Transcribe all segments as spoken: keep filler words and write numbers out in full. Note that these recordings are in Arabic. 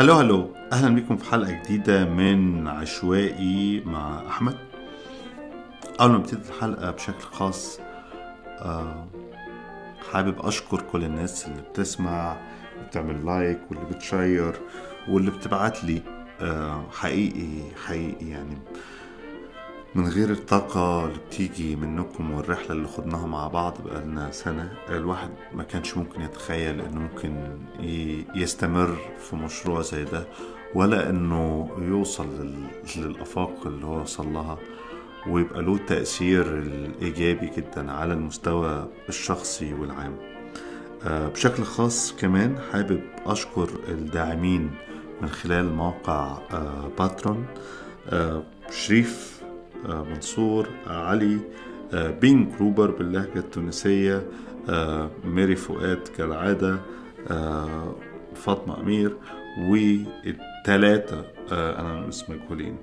هلو هلو، اهلا بكم في حلقة جديدة من عشوائي مع احمد. اول ما ابتدي الحلقة بشكل خاص آه حابب اشكر كل الناس اللي بتسمع وبتعمل لايك واللي بتشير واللي بتبعت لي. آه حقيقي حقيقي يعني من غير الطاقة اللي بتيجي منكم والرحلة اللي خدناها مع بعض بقالنا سنة، الواحد ما كانش ممكن يتخيل انه ممكن يستمر في مشروع زي ده، ولا انه يوصل للأفاق اللي هو وصل لها ويبقى له تأثير الإيجابي جدا على المستوى الشخصي والعام. بشكل خاص كمان حابب أشكر الداعمين من خلال موقع باترون: شريف، منصور، علي، بين كروبر باللهجة التونسية، ميري فؤاد كالعادة، فاطمة أمير، والتلاتة أنا اسمي كولين.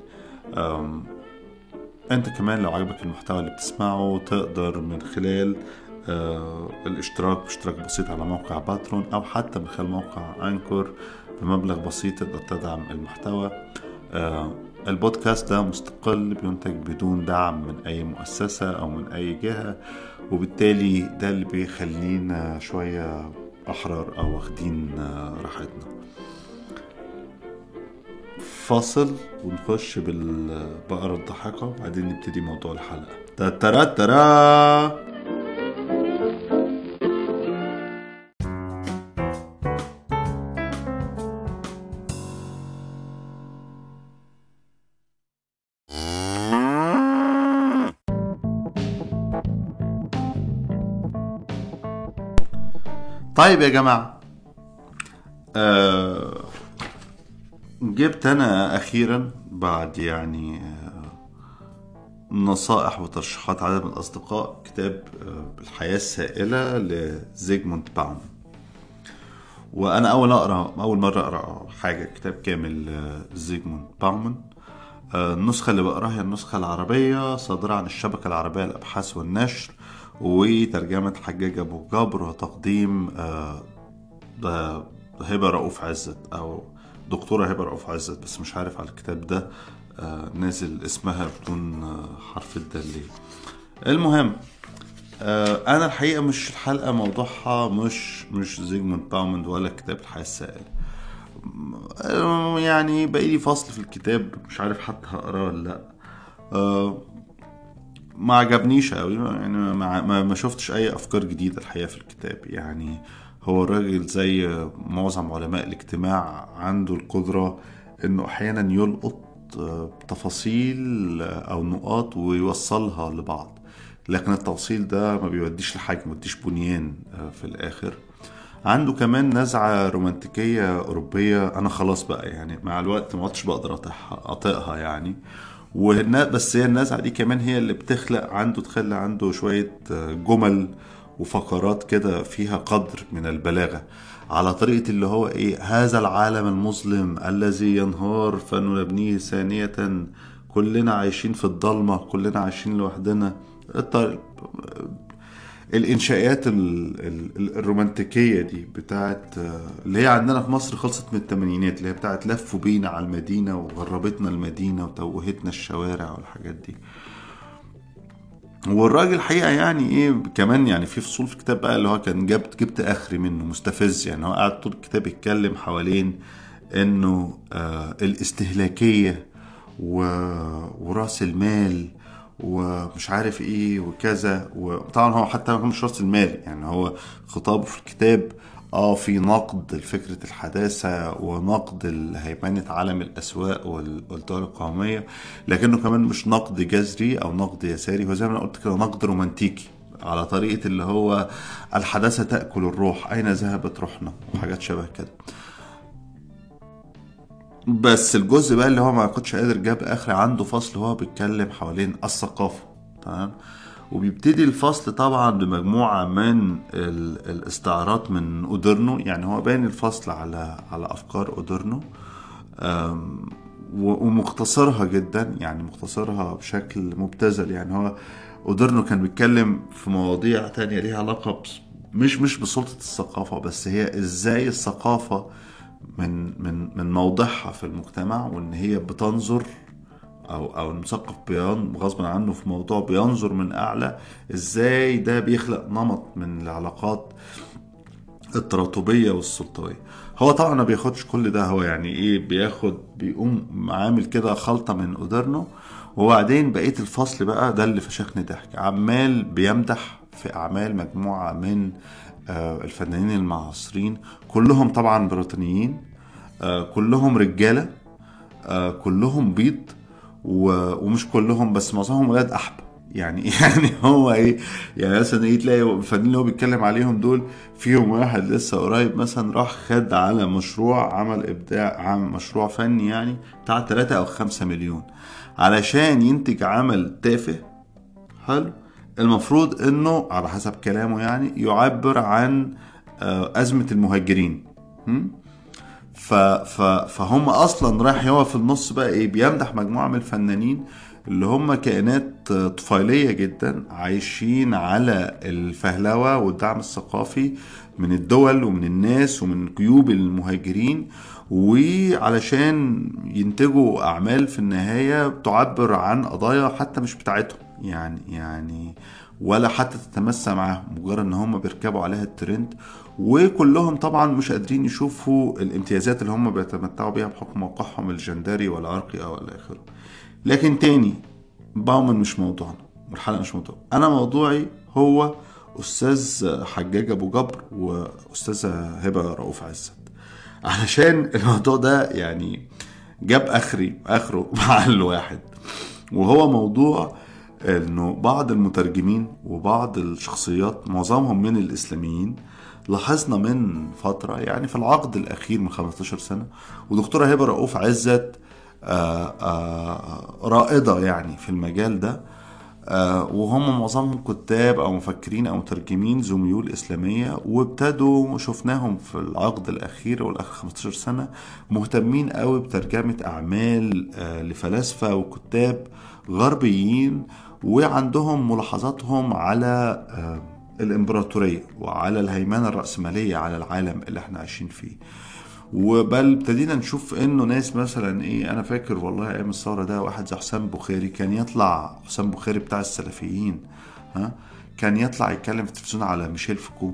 أنت كمان لو عجبك المحتوى اللي بتسمعه تقدر من خلال الاشتراك باشتراك بسيط على موقع باترون أو حتى من خلال موقع أنكور بمبلغ بسيط تقدر تدعم المحتوى. البودكاست ده مستقل، بينتج بدون دعم من أي مؤسسة أو من أي جهة، وبالتالي ده اللي بيخلينا شوية أحرار أو واخدين راحتنا. فاصل ونخش بالبقرة الضحكة وبعدين نبتدي موضوع الحلقة. تترا ترا طيب يا جماعة، أه جبت أنا أخيرا بعد يعني نصائح وترشيحات عدد من الأصدقاء كتاب الحياة السائلة لزيغموند باومن. وأنا أول أقرأ أول مرة أقرأ حاجة كتاب كامل زيغموند باومن. النسخة اللي بقراها هي النسخة العربية صادرة عن الشبكة العربية للأبحاث والنشر، وترجمة حجاج أبو جبر، وتقديم هبة رؤوف عزت أو دكتورة هبة رؤوف عزت، بس مش عارف على الكتاب ده نازل اسمها بدون حرف الدال. المهم، أنا الحقيقة مش الحلقة موضوعها مش مش زيغموند باومن ولا كتاب الحياة السائلة. يعني بقيلي فصل في الكتاب مش عارف حتى هقراه ولا لا. ما عجبنيش قوي، يعني ما, ما شفتش اي افكار جديدة الحقيقة في الكتاب. يعني هو الراجل زي معظم علماء الاجتماع عنده القدرة انه احيانا يلقط تفاصيل او نقاط ويوصلها لبعض، لكن التوصيل ده ما بيوديش لحاجة، ما بيوديش بنيان في الاخر. عنده كمان نزعة رومانتيكية أوروبية، أنا خلاص بقى يعني مع الوقت ما عدتش بقدر أطيقها يعني. بس هي النزعة دي كمان هي اللي بتخلق عنده تخلي عنده شوية جمل وفقرات كده فيها قدر من البلاغة، على طريقة اللي هو إيه: هذا العالم المظلم الذي ينهار فنبنيه ثانية، كلنا عايشين في الضلمة، كلنا عايشين لوحدنا. الانشاءات الرومانتيكية دي بتاعت اللي هي عندنا في مصر خلصت من الثمانينات، اللي هي بتاعت لفوا بينا على المدينة وغربتنا المدينة وتوهتنا الشوارع والحاجات دي. والراجل حقيقة يعني ايه كمان، يعني في فصول في الكتاب بقى اللي هو كان جبت جبت اخري منه مستفز. يعني هو قاعد طول الكتاب يتكلم حوالين انه آه الاستهلاكية وراس المال ومش عارف ايه وكذا. وطبعا هو حتى هو مش راس المال، يعني هو خطابه في الكتاب اه في نقد لفكرة الحداثة ونقد هيمنة عالم الأسواق والدول القومية، لكنه كمان مش نقد جذري أو نقد يساري، هو زي ما أنا قلت كده نقد رومانتيكي على طريقة اللي هو الحداثة تأكل الروح، أين ذهبت روحنا وحاجات شبه كده. بس الجزء بقى اللي هو ما كنتش قادر جاب اخر عنده فصل هو بيتكلم حوالين الثقافة، تمام. وبيبتدي الفصل طبعا بمجموعة من الاستعارات من أودورنو. يعني هو باني الفصل على على أفكار أودورنو ومختصرها جدا، يعني مختصرها بشكل مبتذل. يعني هو أودورنو كان بيتكلم في مواضيع تانية ليها علاقة مش مش بسلطة الثقافة، بس هي ازاي الثقافة من من من موضعها في المجتمع، وان هي بتنظر او او المثقف بيان غصبا عنه في موضوع بينظر من اعلى ازاي ده بيخلق نمط من العلاقات التراتبية والسلطوية. هو طبعا ما بياخدش كل ده، هو يعني ايه بياخد بيقوم عامل كده خلطة من أودرنو، وبعدين بقية الفصل بقى ده اللي فشخني ضحك، عمال بيمدح في أعمال مجموعة من آه، الفنانين المعاصرين، كلهم طبعا بريطانيين، آه، كلهم رجالة، آه، كلهم بيض، و- ومش كلهم بس معظمهم ولاد احبه يعني. يعني هو ايه، يعني مثلا ايه تلاقي الفنانين اللي هو بيتكلم عليهم دول فيهم واحد لسه قريب مثلا راح خد على مشروع عمل ابداع، عمل مشروع فني يعني بتاع ثلاثة او خمسة مليون علشان ينتج عمل تافه حلو، المفروض انه على حسب كلامه يعني يعبر عن آه، ازمة المهاجرين. ف ف فهم اصلا رايح هو في النص بقى ايه بيمدح مجموعه من الفنانين اللي هم كائنات طفيليه جدا عايشين على الفهلوه والدعم الثقافي من الدول ومن الناس ومن جيوب المهاجرين، وعلشان ينتجوا اعمال في النهايه تعبر عن قضايا حتى مش بتاعتهم يعني يعني ولا حتى تتمسى معاهم، مجرد ان هم بيركبوا عليها الترند، وكلهم طبعا مش قادرين يشوفوا الامتيازات اللي هم بيتمتعوا بيها بحكم موقعهم الجندري والعرقي او الى اخره. لكن تاني، باومن مش موضوعنا والحلقه مش موضوع، انا موضوعي هو استاذ حجاج ابو جبر واستاذه هبه رؤوف عزت، علشان الموضوع ده يعني جاب اخري اخره مع الواحد، وهو موضوع انه بعض المترجمين وبعض الشخصيات معظمهم من الاسلاميين لاحظنا من فترة يعني في العقد الأخير من خمستاشر سنة، ودكتورة هبة رؤوف عزت آآ آآ رائدة يعني في المجال ده، آه، وهم معظمهم كتاب او مفكرين او مترجمين ذو ميول اسلاميه، وابتدوا شفناهم في العقد الاخير والاخر خمستاشر سنه مهتمين قوي بترجمه اعمال آه، لفلاسفه وكتاب غربيين، وعندهم ملاحظاتهم على آه، الامبراطوريه وعلى الهيمنه الراسماليه على العالم اللي احنا عايشين فيه. وبل ابتدينا نشوف انه ناس مثلا ايه، انا فاكر والله ايام الثوره ده واحد زي حسام بخاري كان يطلع، حسام بخاري بتاع السلفيين، ها، كان يطلع يتكلم في التلفزيون على ميشيل فوكو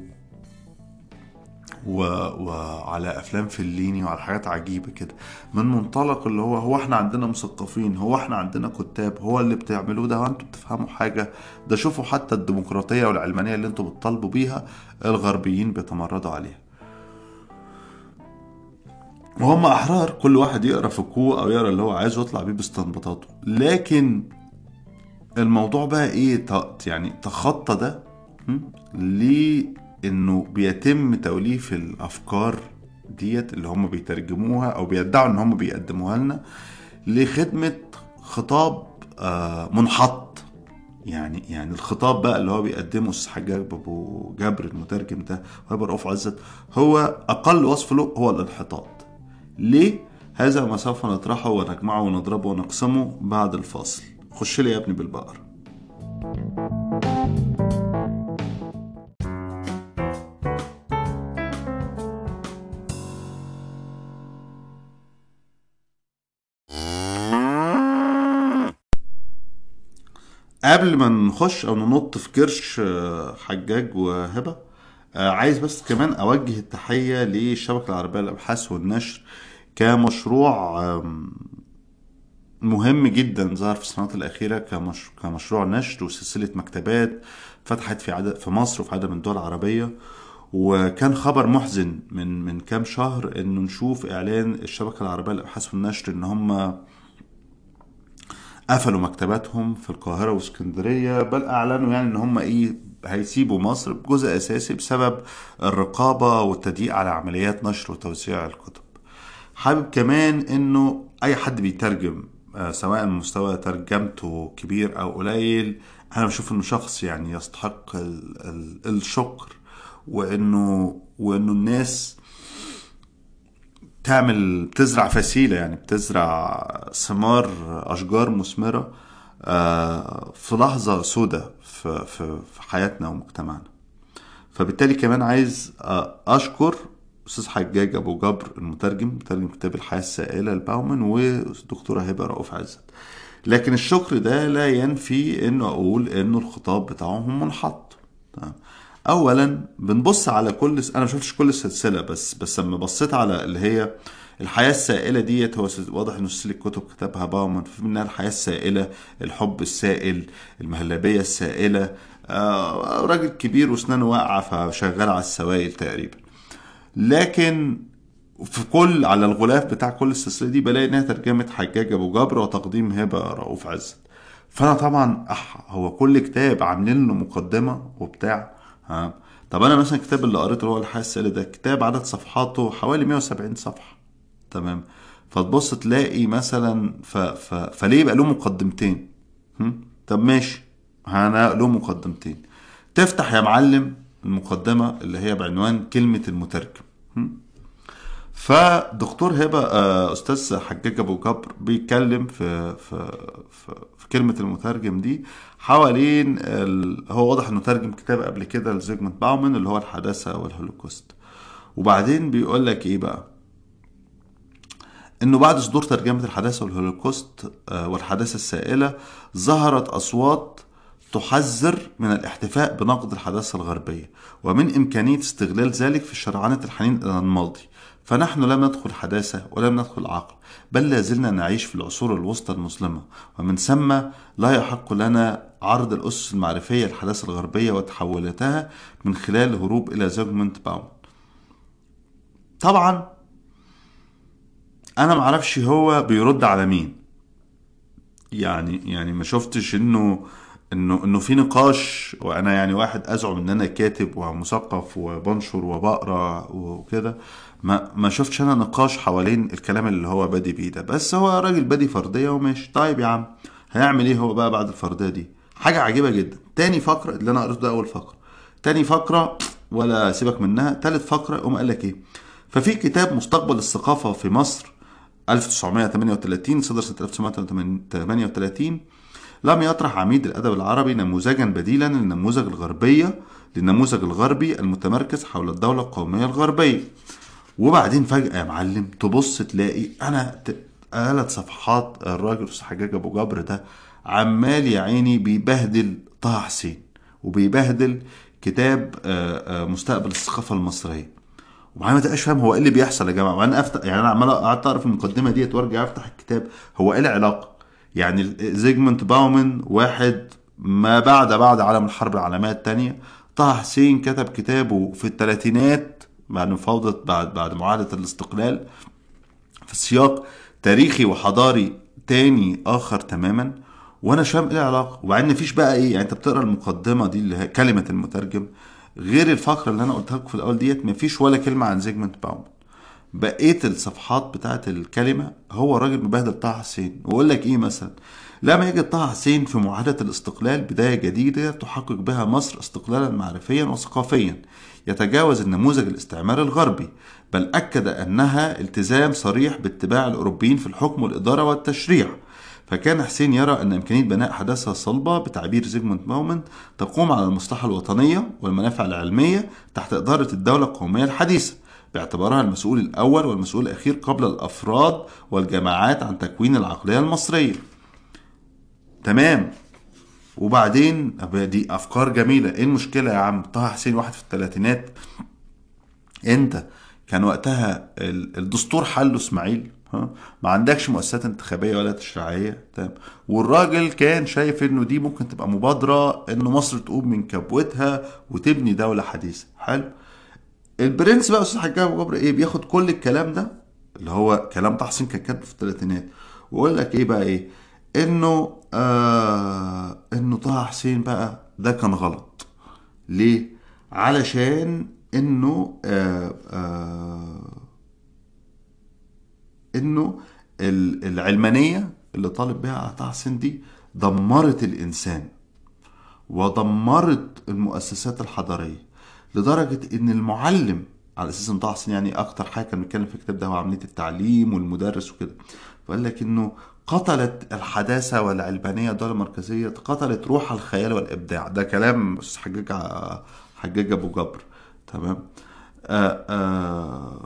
و... وعلى افلام فليني وعلى حاجات عجيبه كده، من منطلق اللي هو هو احنا عندنا مثقفين، هو احنا عندنا كتاب، هو اللي بتعملوه ده وانتوا بتفهموا حاجه؟ ده شوفوا حتى الديمقراطيه والعلمانيه اللي انتوا بتطالبوا بيها الغربيين بيتمردوا عليها. وهم احرار كل واحد يقرا فوكو او يقرا اللي هو عايزه ويطلع بيه باستنباطاته، لكن الموضوع بقى ايه ت- يعني تخطى ده ليه، انه بيتم توليف الافكار ديت اللي هم بيترجموها او بيدعوا ان هم بيقدموها لنا لخدمة خطاب آه، منحط. يعني يعني الخطاب بقى اللي هو بيقدمه استاذ حجاج ابو جبر المترجم ده وهبه رؤوف عزت، هو اقل وصف له هو الانحطاط. ليه؟ هذا ما سوف نطرحه ونجمعه ونضربه ونقسمه بعد الفاصل. خش لي يا ابني بالبقر. قبل ما نخش او ننط في كرش آه، حجاج وهبه، آه، عايز بس كمان اوجه التحيه للشبكه العربيه للابحاث والنشر كمشروع آم، مهم جدا ظهر في السنوات الأخيرة كمش... كمشروع نشر وسلسلة مكتبات فتحت في عدد في مصر وفي عدد من الدول العربية. وكان خبر محزن من من كام شهر انه نشوف اعلان الشبكة العربية للابحاث والنشر ان هم قفلوا مكتباتهم في القاهرة واسكندرية، بل اعلنوا يعني ان هم ايه هيسيبوا مصر بجزء اساسي بسبب الرقابة والتضييق على عمليات نشر وتوزيع الكتب. حابب كمان انه اي حد بيترجم آه، سواء مستوى ترجمته كبير او قليل، انا بشوف انه شخص يعني يستحق ال ال الشكر، وانه وانه الناس تعمل بتزرع فسيلة، يعني بتزرع ثمار اشجار مثمرة آه، في لحظة سودة في, في, في حياتنا ومجتمعنا. فبالتالي كمان عايز آه، اشكر أستاذ حجاج أبو جبر المترجم، مترجم كتاب الحياة السائلة لباومن، والدكتورة هبة رؤوف عزت. لكن الشكر ده لا ينفي انه اقول انه الخطاب بتاعهم منحط. تمام. اولا بنبص على كل س... انا ما شفتش كل السلسله، بس بس لما بصيت على اللي هي الحياه السائله ديت، هو س- واضح انه سلسله كتب كتبها باومان، في منها الحياه السائله، الحب السائل، المهلبيه السائله. آه راجل كبير واسنانه واقعه فشغال على السوائل تقريبا. لكن في كل على الغلاف بتاع كل السلسله دي بلاقي انها ترجمه حجاج ابو جبر وتقديم هبه رؤوف عزت. فانا طبعا أح هو كل كتاب عاملين له مقدمه وبتاع. ها، طب انا مثلا الكتاب اللي قريته اللي هو الحياه السائله ده، كتاب عدد صفحاته حوالي مية وسبعين صفحه. تمام. فتبص تلاقي مثلا ف... ف... فليه يبقى له مقدمتين؟ هم؟ طب ماشي، انا له مقدمتين. تفتح يا معلم المقدمه اللي هي بعنوان كلمه المترجم. هم؟ فدكتور هبه آه، استاذ حجاج ابو جبر بيتكلم في في في, في كلمه المترجم دي حوالين ال... هو واضح انه ترجم كتاب قبل كده لزيجموند باومن اللي هو الحداثه والهولوكوست. وبعدين بيقول لك ايه بقى؟ انه بعد صدور ترجمه الحداثه والهولوكوست آه، والحداثه السائله، ظهرت اصوات تحذر من الاحتفاء بنقد الحداثة الغربية، ومن إمكانية استغلال ذلك في شرعنة الحنين إلى الماضي. فنحن لم ندخل حداثة ولم ندخل عقل، بل لا زلنا نعيش في العصور الوسطى المظلمة، ومن ثم لا يحق لنا عرض الأسس المعرفية للحداثة الغربية وتحولاتها من خلال الهروب إلى زيغموند باوند. طبعا أنا معرفش هو بيرد على مين. يعني يعني ما شفتش انه انه انه في نقاش، وانا يعني واحد ازعم ان انا كاتب ومثقف وبنشر وبقرا وكده. ما ما شفتش انا نقاش حوالين الكلام اللي هو بادي بيه ده، بس هو راجل بادي فرديه وماشي. طيب يا عم، هيعمل ايه هو بقى بعد الفرديه دي؟ حاجه عجيبه جدا. تاني فقره اللي انا قريته ده اول فقره، تاني فقره ولا سيبك منها، تالت فقره قوم قال لك ايه؟ ففي كتاب مستقبل الثقافه في مصر ألف وتسعمائة وثمانية وثلاثين، صدر سنة ألف وتسعمائة وثمانية وثلاثين، لم يطرح عميد الأدب العربي نموذجا بديلا للنموذج الغربية للنموذج الغربي المتمركز حول الدولة القومية الغربية. وبعدين فجأة يا معلم تبص تلاقي أنا ت- ثلاث صفحات الراجل حجاج أبو جبر ده عمال يا عيني بيبهدل طه حسين، وبيبهدل كتاب آه، آه، مستقبل الثقافة المصرية. وبعدين ما تبقاش فاهم هو ايه اللي بيحصل يا جماعه. وانا افتح يعني انا عمال قعدت اعرف المقدمه ديت وارجع افتح الكتاب، هو ايه العلاقه؟ يعني زيجموند باومن واحد ما بعد بعد عالم الحرب العالميه الثانيه، طه حسين كتب كتابه في الثلاثينات بعد مفاوضه بعد بعد معاهده الاستقلال في سياق تاريخي وحضاري تاني اخر تماما. وانا مش فاهم ايه العلاقه. وبعدين مفيش بقى ايه، يعني انت بتقرا المقدمه دي اللي هي كلمه المترجم، غير الفقره اللي انا قلتها لكم في الاول ديت مفيش ولا كلمه عن زيجموند باوند. بقيه الصفحات بتاعت الكلمه هو الراجل مبهدل طه حسين. ويقول لك ايه مثلا؟ لما يجد طه حسين في معاهدة الاستقلال بداية جديدة تحقق بها مصر استقلالا معرفيا وثقافيا يتجاوز النموذج الاستعماري الغربي، بل أكد أنها التزام صريح باتباع الأوروبيين في الحكم والإدارة والتشريع. فكان حسين يرى أن إمكانية بناء حداثة صلبة بتعبير زيغموند باومن تقوم على المصلحة الوطنية والمنافع العلمية تحت إدارة الدولة القومية الحديثة، باعتبارها المسؤول الأول والمسؤول الأخير قبل الأفراد والجماعات عن تكوين العقلية المصرية. تمام. وبعدين دي افكار جميله، ايه المشكله يا عم؟ طه حسين واحد في الثلاثينات، انت كان وقتها ال- الدستور حله اسماعيل، ها، ما عندكش مؤسسات انتخابيه ولا تشريعيه. تمام. والراجل كان شايف انه دي ممكن تبقى مبادره انه مصر تقوم من كبوتها وتبني دوله حديثه. حلو. البرنس بقى استاذ حجاج ابو جبر ايه؟ بياخد كل الكلام ده اللي هو كلام طه حسين كان كاتبه في الثلاثينات، ويقول لك ايه بقى؟ ايه انه آه انه طه حسين بقى ده كان غلط. ليه؟ علشان انه آه آه انه ال- العلمانيه اللي طالب بها طه حسين دي دمرت الانسان ودمرت المؤسسات الحضارية، لدرجة ان المعلم على اساس ان طه حسين يعني اكتر حاجة كان بيتكلم في الكتاب ده هو عملية التعليم والمدرس وكده، فقال لك انه قتلت الحداثة والعلمانية الدولة المركزية، قتلت روح الخيال والابداع. ده كلام أستاذ حجاج ع- حجاج ابو جبر. تمام. آآ آآ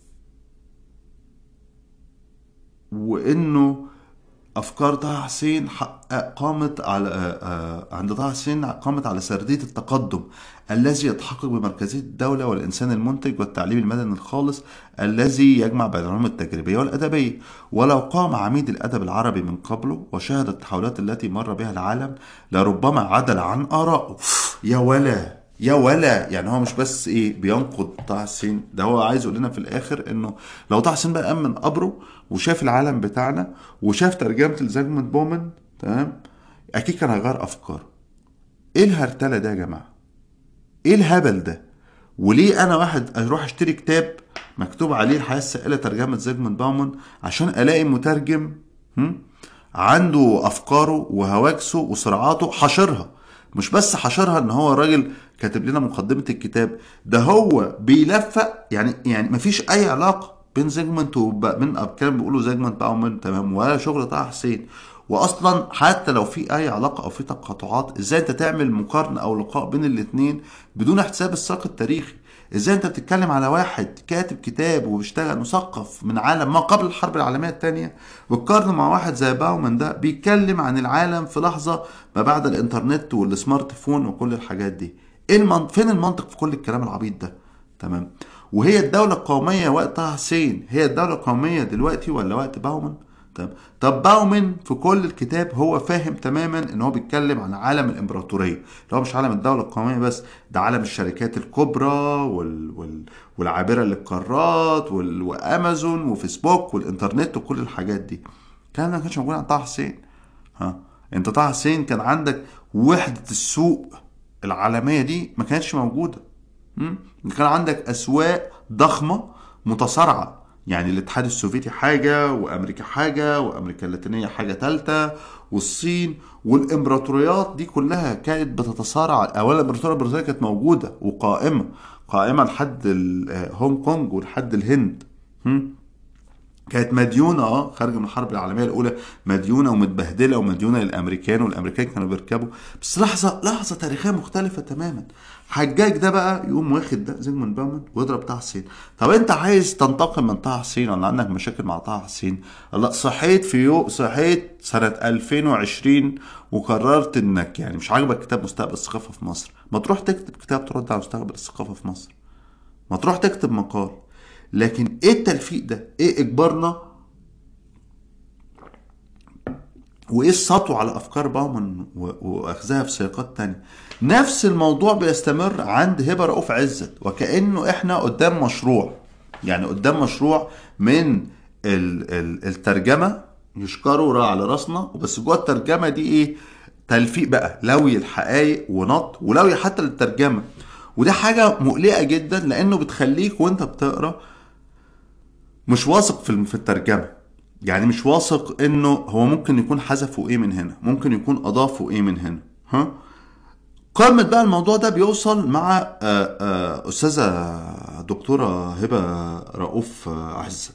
وإنه أفكار طه حسين حق- قامت على آه، آه، عند طه حسين قامت على سردية التقدم الذي يتحقق بمركزية الدولة والإنسان المنتج والتعليم المدني الخالص الذي يجمع بين العلوم التجريبية والأدبية. ولو قام عميد الأدب العربي من قبله وشاهد التحولات التي مر بها العالم لربما عدل عن آرائه. يا ولا يا ولا يعني هو مش بس ايه بينقد طه حسين، ده هو عايز يقول لنا في الاخر انه لو طه حسين بقى قام من قبره وشاف العالم بتاعنا وشاف ترجمه لزيجموند بومن، تمام، اكيد كان هيغير افكاره. ايه الهرتله ده يا جماعه؟ ايه الهبل ده؟ وليه انا واحد اروح اشتري كتاب مكتوب عليه الحياه السائله ترجمه زيجموند باومن عشان الاقي مترجم هم؟ عنده افكاره وهواجسه وصراعاته حشرها؟ مش بس حشرها ان هو راجل كاتب لنا مقدمه الكتاب، ده هو بيلفق يعني يعني مفيش اي علاقه بين زيجموند وبين كانوا بيقولوا زيجموند باومن، تمام، ولا شغل طه حسين. واصلا حتى لو في اي علاقه او في تقاطعات، ازاي انت تعمل مقارنه او لقاء بين الاثنين بدون حساب السياق التاريخي؟ ازاي انت بتتكلم على واحد كاتب كتاب وبيشتغل مثقف من عالم ما قبل الحرب العالميه الثانيه، وتقارنه مع واحد زي باومان ده بيتكلم عن العالم في لحظه ما بعد الانترنت والسمارت فون وكل الحاجات دي؟ ايه المنطق؟ فين المنطق في كل الكلام العبيط ده؟ تمام. وهي الدوله القوميه وقت طه حسين هي الدوله القوميه دلوقتي ولا وقت باومان؟ طب طب باومن في كل الكتاب هو فاهم تماما ان هو بيتكلم عن عالم الامبراطوريه، اللي هو مش عالم الدوله القوميه بس، ده عالم الشركات الكبرى وال... وال... والعابره للقارات وال... وامازون وفيسبوك والانترنت وكل الحاجات دي. الكلام ده ما كانش موجود عند طه حسين. ها، انت طه حسين كان عندك وحده السوق العالميه دي ما كانتش موجوده. مم؟ كان عندك اسواق ضخمه متصارعه، يعني الاتحاد السوفيتي حاجه وامريكا حاجه وامريكا اللاتينيه حاجه ثالثه والصين، والامبراطوريات دي كلها كانت بتتصارع. اولا الامبراطوريه البريطانيه كانت موجوده وقائمه، قائمه لحد ال- آه، هونج كونج ولحد الهند. مم؟ كانت مديونه اه خارجه من الحرب العالميه الاولى، مديونه ومتبهدله ومديونه للامريكان، والامريكان كانوا بيركبوا. بس لحظه لحظه تاريخيه مختلفه تماما. حجاج ده بقى يقوم واخد ده زيجموند باومن ويضرب طه حسين. طب انت عايز تنتقم من طه حسين ولا عندك مشاكل مع طه حسين؟ لا، صحيت في يوم صحيت سنه ألفين وعشرين وقررت انك يعني مش عاجبك كتاب مستقبل الثقافه في مصر، ما تروح تكتب كتاب ترد على مستقبل الثقافه في مصر، ما تروح تكتب مقال. لكن ايه التلفيق ده؟ ايه اجبارنا وايه السطو على افكار باومان و- واخذها في سياقات تانية؟ نفس الموضوع بيستمر عند هبه رؤوف عزت، وكانه احنا قدام مشروع، يعني قدام مشروع من ال- ال- الترجمه، يشكروا را على راسنا، وبس جوه الترجمه دي ايه؟ تلفيق بقى، لوي الحقائق ونط ولوي حتى للترجمه. وده حاجه مقلقه جدا لانه بتخليك وانت بتقرا مش واثق في الم- في الترجمه، يعني مش واثق انه هو ممكن يكون حذفوا ايه من هنا، ممكن يكون اضافوا ايه من هنا. ها، قامت بقى الموضوع ده بيوصل مع آه، آه، استاذه دكتوره هبه رؤوف آه، عزت.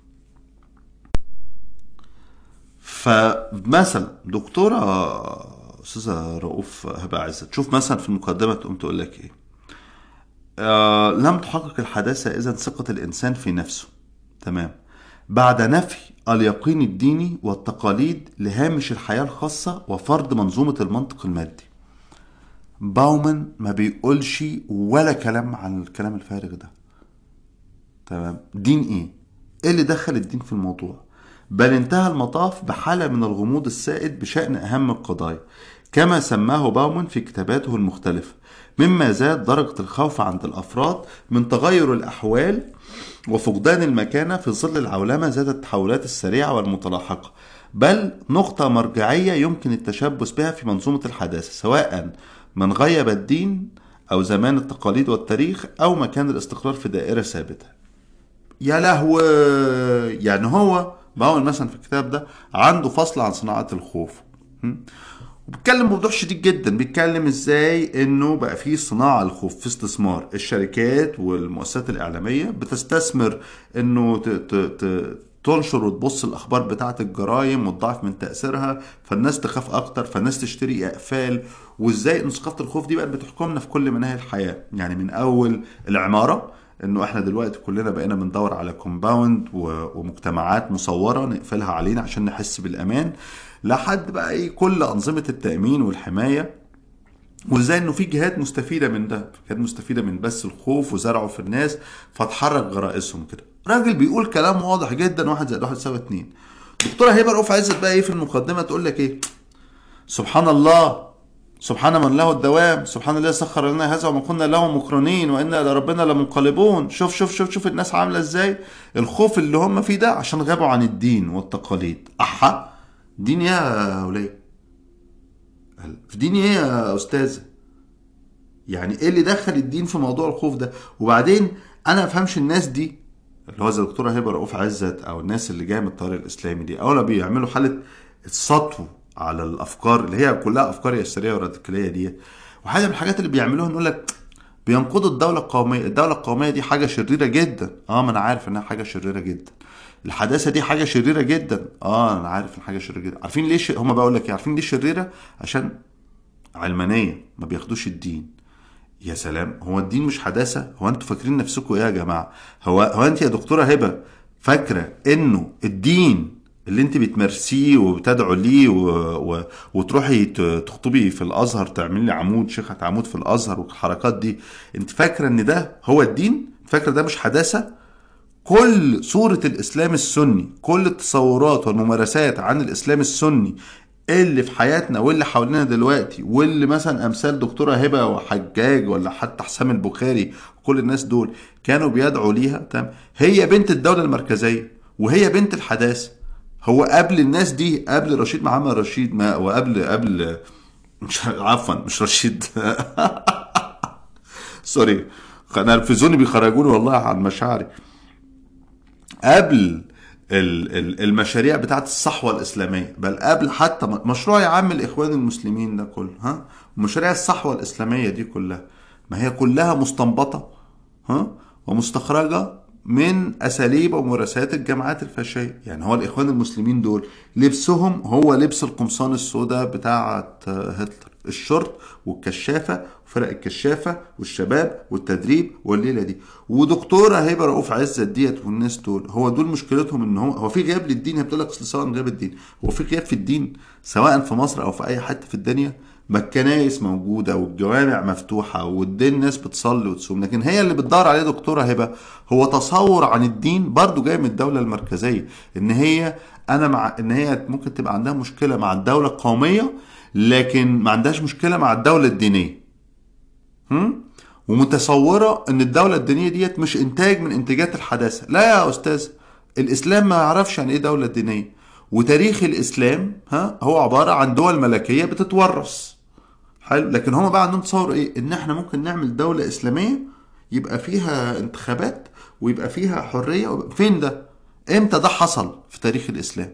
فمثلا دكتوره استاذه رؤوف هبه عزت، شوف مثلا في المقدمه تقوم تقول لك ايه: آه لم تحقق الحداثة إذن ثقة الإنسان في نفسه، تمام، بعد نفي اليقين الديني والتقاليد لهامش الحياة الخاصة وفرض منظومة المنطق المادي. باومان ما بيقولش ولا كلام عن الكلام الفارغ ده. تمام، دين ايه؟ ايه اللي دخل الدين في الموضوع؟ بل انتهى المطاف بحالة من الغموض السائد بشأن أهم القضايا كما سماه باومان في كتاباته المختلفة، مما زاد درجة الخوف عند الأفراد من تغير الأحوال وفقدان المكانة في ظل العولمة ذات التحولات السريعة والمتلاحقة، بل نقطة مرجعية يمكن التشبث بها في منظومة الحداثة، سواء من غيب الدين أو زمان التقاليد والتاريخ أو مكان الاستقرار في دائرة ثابتة. يا لهوي، يعني هو باول مثلا في الكتاب ده عنده فصل عن صناعة الخوف، م? وبيتكلم بوضوح شديد جدا، بيتكلم ازاي انه بقى فيه صناعة الخوف في استثمار الشركات والمؤسسات الإعلامية بتستثمر انه ت ت ت تنشر وتبص الاخبار بتاعه الجرائم وتضاعف من تاثيرها، فالناس تخاف اكتر، فالناس تشتري اقفال. وازاي ان ثقافه الخوف دي بقت بتحكمنا في كل مناحي الحياه، يعني من اول العماره انه احنا دلوقتي كلنا بقينا بندور على كومباوند ومجتمعات مصورة نقفلها علينا عشان نحس بالامان، لحد بقى ايه كل انظمة التأمين والحماية، وازاي انه في جهات مستفيده من ده، جهات مستفيده من بس الخوف وزرعه في الناس فتحرك غرائزهم كده. راجل بيقول كلام واضح جدا، واحد زائد واحد يساوي اتنين. دكتوره هبه رؤوف عزت بقى ايه في المقدمه تقول لك ايه؟ سبحان الله، سبحان من له الدوام، سبحان الله سخر لنا هذا وما كنا له مقرنين وانا الى ربنا لمنقلبون. شوف شوف شوف شوف الناس عامله ازاي. الخوف اللي هم فيه ده عشان غابوا عن الدين والتقاليد. احا دين يا وليه؟ في دين ايه يا استاذ؟ يعني ايه اللي دخل الدين في موضوع الخوف ده؟ وبعدين انا ما افهمش الناس دي اللي هو زي الدكتوره هبه رؤوف عزت او الناس اللي جايه من التيار الاسلامي دي، اولا بيعملوا حاله السطو على الافكار اللي هي كلها افكار يساريه وراديكاليه دي. وحاجه من الحاجات اللي بيعملوها نقول لك بينقضوا الدوله القوميه. الدوله القوميه دي حاجه شريره جدا. اه ما انا عارف انها حاجه شريره جدا. الحداثه دي حاجه شريره جدا. اه انا عارف ان حاجه شريره جدا. عارفين ليش هم بقول لك عارفين ليه شريره؟ عشان علمانيه، ما بياخدوش الدين. يا سلام، هو الدين مش حداثة؟ هو انتوا فاكرين نفسكم ايه يا جماعة؟ هو هو انت يا دكتورة هبة فاكرة انه الدين اللي انت بتمارسيه وبتدعو ليه و... و... وتروحي ت- تخطبي في الازهر، تعملي لي عمود شيخة عمود في الازهر والحركات دي، انت فاكرة ان ده هو الدين؟ فاكرة ده مش حداثة؟ كل صورة الإسلام السني، كل التصورات والممارسات عن الإسلام السني اللي في حياتنا واللي حوالينا دلوقتي، واللي مثلا أمثال دكتورة هبة وحجاج ولا حتى حسام البخاري وكل الناس دول كانوا بيدعوا ليها، تمام، هي بنت الدولة المركزية وهي بنت الحداثة. هو قبل الناس دي، قبل رشيد محمد رشيد ما وقبل قبل مش عفوا مش رشيد سوري، نرفزوني بيخرجوني والله عن مشاعري. قبل ال- ال- المشاريع بتاعت الصحوة الإسلامية، بل قبل حتى م- مشروع يا عم الإخوان المسلمين ده كله، ها، ومشاريع الصحوة الإسلامية دي كلها، ما هي كلها مستنبطة، ها، ومستخرجة من أساليب وممارسات الجماعات الفاشية. يعني هو الإخوان المسلمين دول لبسهم هو لبس القمصان السوداء بتاعت هتلر، الشرط والكشافة وفرق الكشافة والشباب والتدريب والليلة دي. ودكتورة هبة رؤوف عزت ديت والناس دول، هو دول مشكلتهم ان هو هو في غياب للدين. هي بتقول لك اصل سواء غياب الدين، هو في غياب في الدين سواء في مصر او في اي حته في الدنيا؟ ما الكنايس موجوده والجوامع مفتوحه والدين ناس بتصلي وتصوم، لكن هي اللي بتدور عليه دكتوره هبه هو تصور عن الدين برضو جاي من الدوله المركزيه. ان هي انا مع ان هي ممكن تبقى عندها مشكله مع الدوله القوميه، لكن ما عندهاش مشكله مع الدوله الدينيه. هم؟ ومتصوره ان الدوله الدينيه ديت مش انتاج من انتاجات الحداثه. لا يا استاذ، الاسلام ما يعرفش يعني ايه دوله دينيه. وتاريخ الاسلام ها هو عباره عن دول ملكيه بتتورث. حلو، لكن هم بقى عندهم تصور ايه؟ ان احنا ممكن نعمل دوله اسلاميه يبقى فيها انتخابات ويبقى فيها حريه ويبقى فين ده؟ امتى ده حصل في تاريخ الاسلام؟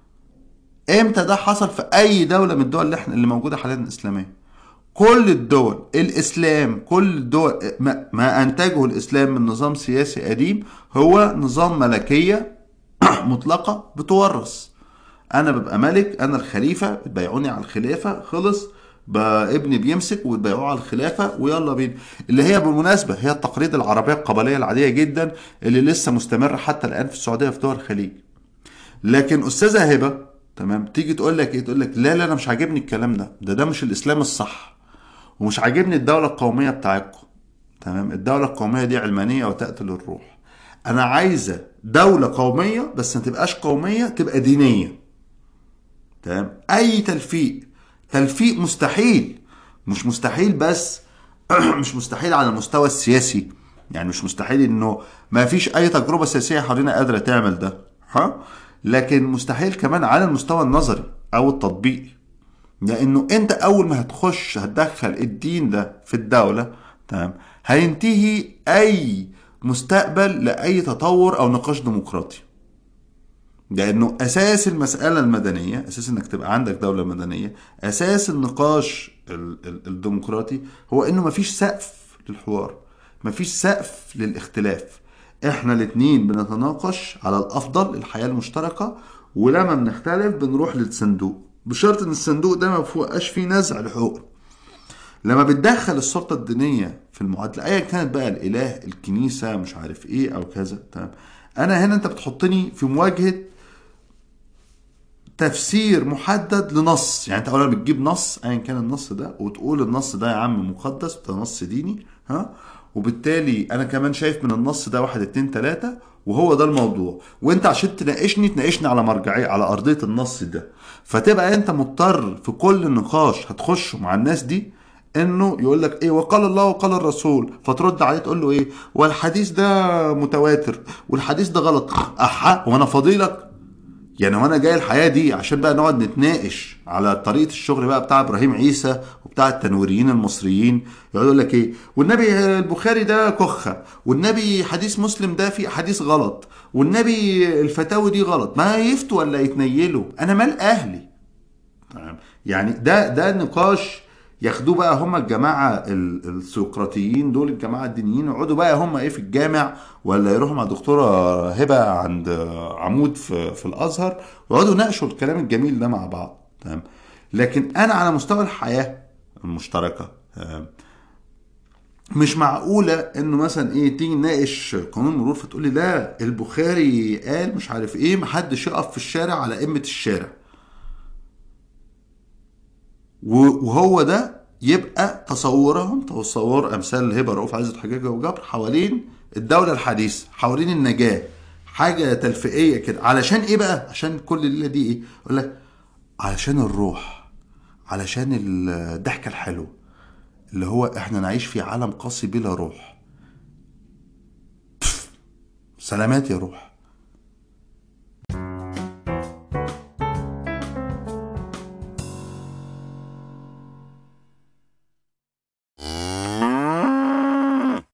امتى ده حصل في اي دوله من الدول اللي احنا اللي موجوده حاليا الاسلاميه؟ كل الدول الاسلام، كل الدول ما, ما انتجه الاسلام من نظام سياسي قديم هو نظام ملكيه مطلقه بتورث. انا ببقى ملك، انا الخليفه، بتبايعوني على الخلافه، خلص بقى ابني بيمسك وتبايعوه على الخلافه ويلا بينا. اللي هي بالمناسبه هي التقاليد العربيه القبليه العاديه جدا اللي لسه مستمره حتى الان في السعوديه في دول الخليج. لكن استاذه هبه تمام تيجي تقول لك ايه؟ تقول لك لا لا انا مش عاجبني الكلام ده، ده ده مش الاسلام الصح، ومش عاجبني الدولة القومية بتاعتكم. تمام، الدولة القومية دي علمانية وتقتل الروح. أنا عايزة دولة قومية بس ما تبقاش قومية، تبقى دينية. تمام، أي تلفيق، تلفيق مستحيل. مش مستحيل بس مش مستحيل على المستوى السياسي، يعني مش مستحيل إنه ما فيش أي تجربة سياسية حوالينا قادرة تعمل ده، ها، لكن مستحيل كمان على المستوى النظري أو التطبيقي. لانه انت اول ما هتخش هتدخل الدين ده في الدولة، تمام، هينتهي اي مستقبل لاي تطور او نقاش ديمقراطي. لانه اساس المسألة المدنية، اساس انك تبقى عندك دولة مدنية، اساس النقاش ال- ال- الديمقراطي هو انه مفيش سقف للحوار، مفيش سقف للاختلاف. احنا الاتنين بنتناقش على الافضل، الحياة المشتركة، ولما بنختلف بنروح للصندوق، بشرط ان الصندوق ده ما فيهوش فيه نزع لحقوق. لما بتدخل السلطه الدينيه في المعادله ايا كانت بقى، الاله، الكنيسه، مش عارف ايه او كذا، تمام، انا هنا انت بتحطني في مواجهه تفسير محدد لنص. يعني انت اولا بتجيب نص ايا كان النص ده وتقول النص ده يا عم مقدس، ده نص ديني، ها، وبالتالي انا كمان شايف من النص ده واحد اتنين تلاتة وهو ده الموضوع، وانت عشان تناقشني تناقشني على مرجعية، على ارضية النص ده، فتبقى انت مضطر في كل نقاش هتخشه مع الناس دي انه يقول لك ايه وقال الله وقال الرسول، فترد عليه تقول له ايه والحديث ده متواتر والحديث ده غلط. احا، وانا فضيلك يعني، وانا جاي الحياه دي عشان بقى نقعد نتناقش على طريقه الشغل بقى بتاع ابراهيم عيسى وبتاع التنويريين المصريين، يقعد يقول لك ايه والنبي البخاري ده كخه، والنبي حديث مسلم ده فيه حديث غلط، والنبي الفتاوي دي غلط، ما يفتوا ولا يتنيلوا، انا مال اهلي. تمام؟ يعني ده ده نقاش ياخدوه بقى هم الجماعه ال- السقراطيين دول، الجماعه الدينيين، يقعدوا بقى هم ايه في الجامع، ولا يروحوا مع دكتوره هبه عند عمود في في الازهر ويقعدوا يناقشوا الكلام الجميل ده مع بعض. تمام؟ لكن انا على مستوى الحياه المشتركه، تمام، مش معقوله انه مثلا ايه تيجي نناقش قانون مرور فتقول لي لا البخاري قال مش عارف ايه محدش يقف في الشارع على قمه الشارع، وهو ده يبقى تصورهم تصور امثال هبه رؤوف عزت حجاجه وجبر حوالين الدوله الحديثه، حوالين النجاه، حاجه تلفيقيه كده. علشان ايه بقى؟ عشان كل الليله دي ايه؟ يقول لك علشان الروح، علشان الضحكه الحلوه، اللي هو احنا نعيش في عالم قاسي بلا روح. سلامات يا روح.